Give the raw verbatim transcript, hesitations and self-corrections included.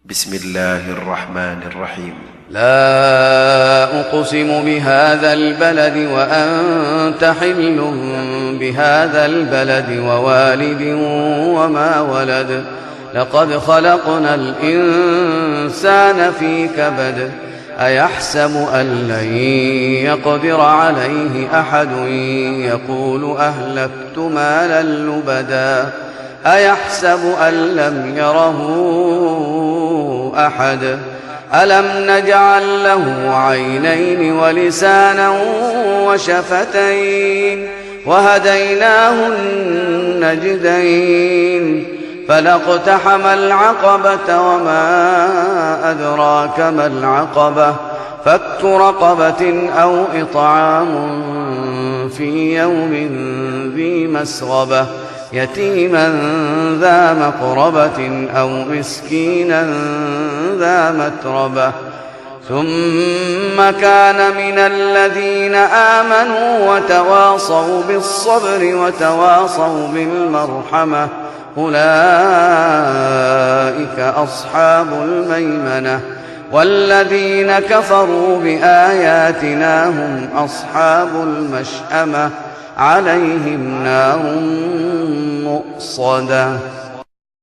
بسم الله الرحمن الرحيم. لا أقسم بهذا البلد وأنت حل بهذا البلد ووالد وما ولد لقد خلقنا الإنسان في كبد أيحسب أن لن يقدر عليه أحد يقول أهلكت مالا لبدا أيحسب أن لم يره أحد ألم نجعل له عينين ولسانا وشفتين وهديناه النجدين فلاقتحم العقبة وما أدراك ما العقبة فك رقبة أو إطعام في يوم ذي مسغبة يتيما ذا مقربة أو مسكينا ذا متربة ثم كان من الذين آمنوا وتواصوا بالصبر وتواصوا بالمرحمة أولئك أصحاب الميمنة والذين كفروا بآياتنا هم أصحاب المشأمة عليهم نار مؤصدة.